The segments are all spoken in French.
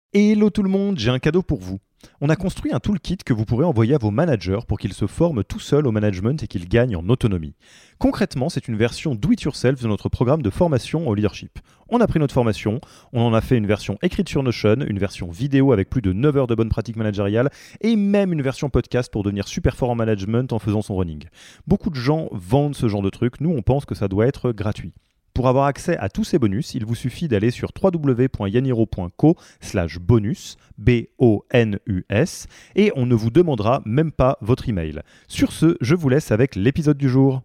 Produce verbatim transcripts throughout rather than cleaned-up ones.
Hello tout le monde, j'ai un cadeau pour vous. On a construit un toolkit que vous pourrez envoyer à vos managers pour qu'ils se forment tout seuls au management et qu'ils gagnent en autonomie. Concrètement, c'est une version do-it-yourself de notre programme de formation au leadership. On a pris notre formation, on en a fait une version écrite sur Notion, une version vidéo avec plus de neuf heures de bonnes pratiques managériales et même une version podcast pour devenir super fort en management en faisant son running. Beaucoup de gens vendent ce genre de truc, nous on pense que ça doit être gratuit. Pour avoir accès à tous ces bonus, il vous suffit d'aller sur w w w point yaniro point co slash bonus, B O N U S, et on ne vous demandera même pas votre email. Sur ce, je vous laisse avec l'épisode du jour.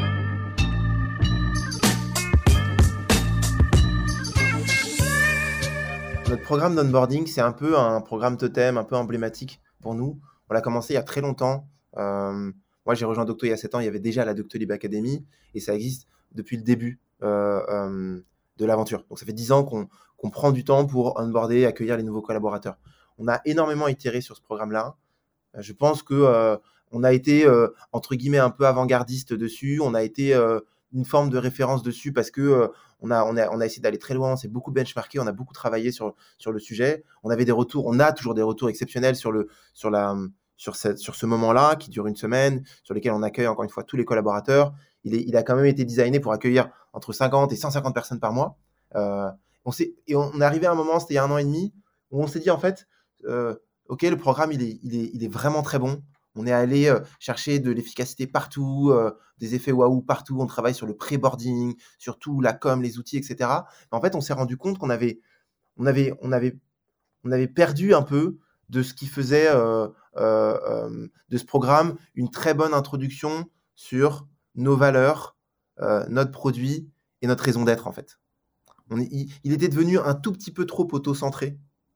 Notre programme d'onboarding, c'est un peu un programme totem, un peu emblématique pour nous. On l'a commencé il y a très longtemps. Euh, moi, j'ai rejoint Docto il y a sept ans. Il y avait déjà la Doctolib Academy et ça existe depuis le début euh, euh, de l'aventure. Donc, ça fait dix ans qu'on, qu'on prend du temps pour onboarder, accueillir les nouveaux collaborateurs. On a énormément itéré sur ce programme-là. Euh, je pense qu'on euh, a été, euh, entre guillemets, un peu avant-gardiste dessus. On a été euh, une forme de référence dessus parce que euh, on, a, on, a, on a essayé d'aller très loin. On s'est beaucoup benchmarké. On a beaucoup travaillé sur, sur le sujet. On avait des retours. On a toujours des retours exceptionnels sur, le, sur, la, sur, cette, sur ce moment-là qui dure une semaine, sur lesquels on accueille encore une fois tous les collaborateurs. Il, est, il a quand même été designé pour accueillir entre cinquante et cent cinquante personnes par mois. Euh, on s'est, et on est arrivé à un moment, c'était il y a un an et demi, où on s'est dit en fait, euh, ok, le programme il est, il, est, il est vraiment très bon. On est allé euh, chercher de l'efficacité partout, euh, des effets waouh partout. On travaille sur le pré-boarding, sur tout, la com, les outils, et cetera. Mais en fait, on s'est rendu compte qu'on avait, on avait, on avait, on avait perdu un peu de ce qui faisait euh, euh, euh, de ce programme une très bonne introduction sur nos valeurs, euh, notre produit et notre raison d'être en fait. On est, il, il était devenu un tout petit peu trop auto-centré.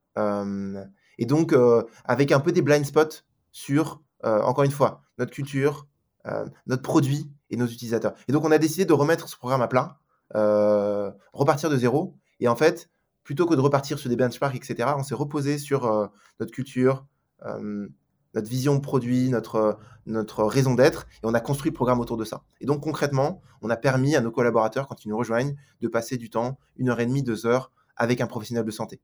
Euh, et donc, euh, avec un peu des blind spots sur, euh, encore une fois, notre culture, euh, notre produit et nos utilisateurs. Et donc, on a décidé de remettre ce programme à plat, euh, repartir de zéro. Et en fait, plutôt que de repartir sur des benchmarks, et cetera, on s'est reposé sur euh, notre culture, euh, notre vision de produit, notre, notre raison d'être, et on a construit le programme autour de ça. Et donc, concrètement, on a permis à nos collaborateurs, quand ils nous rejoignent, de passer du temps, une heure et demie, deux heures, avec un professionnel de santé.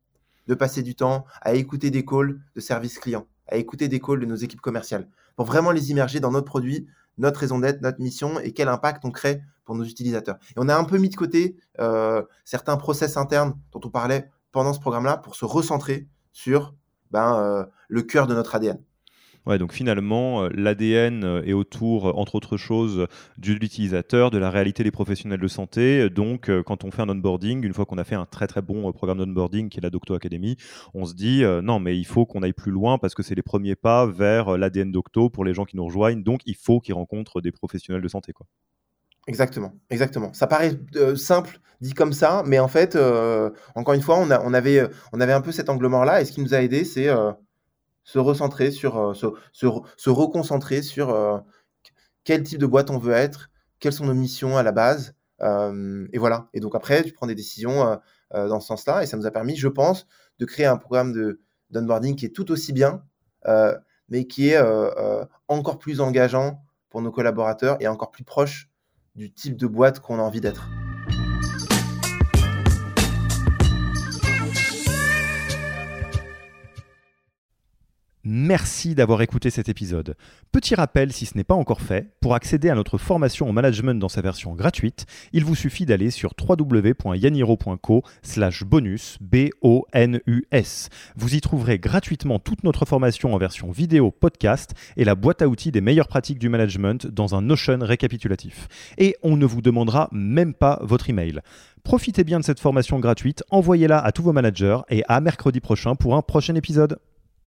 De passer du temps à écouter des calls de service client, à écouter des calls de nos équipes commerciales, pour vraiment les immerger dans notre produit, notre raison d'être, notre mission, et quel impact on crée pour nos utilisateurs. Et on a un peu mis de côté euh, certains process internes dont on parlait pendant ce programme-là, pour se recentrer sur ben, euh, le cœur de notre A D N. Ouais, donc finalement, l'A D N est autour, entre autres choses, de l'utilisateur, de la réalité des professionnels de santé. Donc, quand on fait un onboarding, une fois qu'on a fait un très très bon programme d'onboarding qui est la Docto Academy, on se dit euh, non, mais il faut qu'on aille plus loin parce que c'est les premiers pas vers l'A D N Docto pour les gens qui nous rejoignent. Donc, il faut qu'ils rencontrent des professionnels de santé, quoi. Exactement, exactement. Ça paraît euh, simple dit comme ça, mais en fait, euh, encore une fois, on, a, on, avait, on avait un peu cet angle mort-là, et ce qui nous a aidé, c'est euh, se recentrer sur, euh, se, se, se reconcentrer sur euh, quel type de boîte on veut être, quelles sont nos missions à la base, euh, et voilà. Et donc après, tu prends des décisions euh, euh, dans ce sens-là, et ça nous a permis, je pense, de créer un programme de, d'onboarding qui est tout aussi bien, euh, mais qui est euh, euh, encore plus engageant pour nos collaborateurs et encore plus proche du type de boîte qu'on a envie d'être. Merci d'avoir écouté cet épisode. Petit rappel, si ce n'est pas encore fait, pour accéder à notre formation au management dans sa version gratuite, il vous suffit d'aller sur w w w point yaniro point co slash bonus, B O N U S. Vous y trouverez gratuitement toute notre formation en version vidéo, podcast et la boîte à outils des meilleures pratiques du management dans un Notion récapitulatif. Et on ne vous demandera même pas votre email. Profitez bien de cette formation gratuite, envoyez-la à tous vos managers et à mercredi prochain pour un prochain épisode.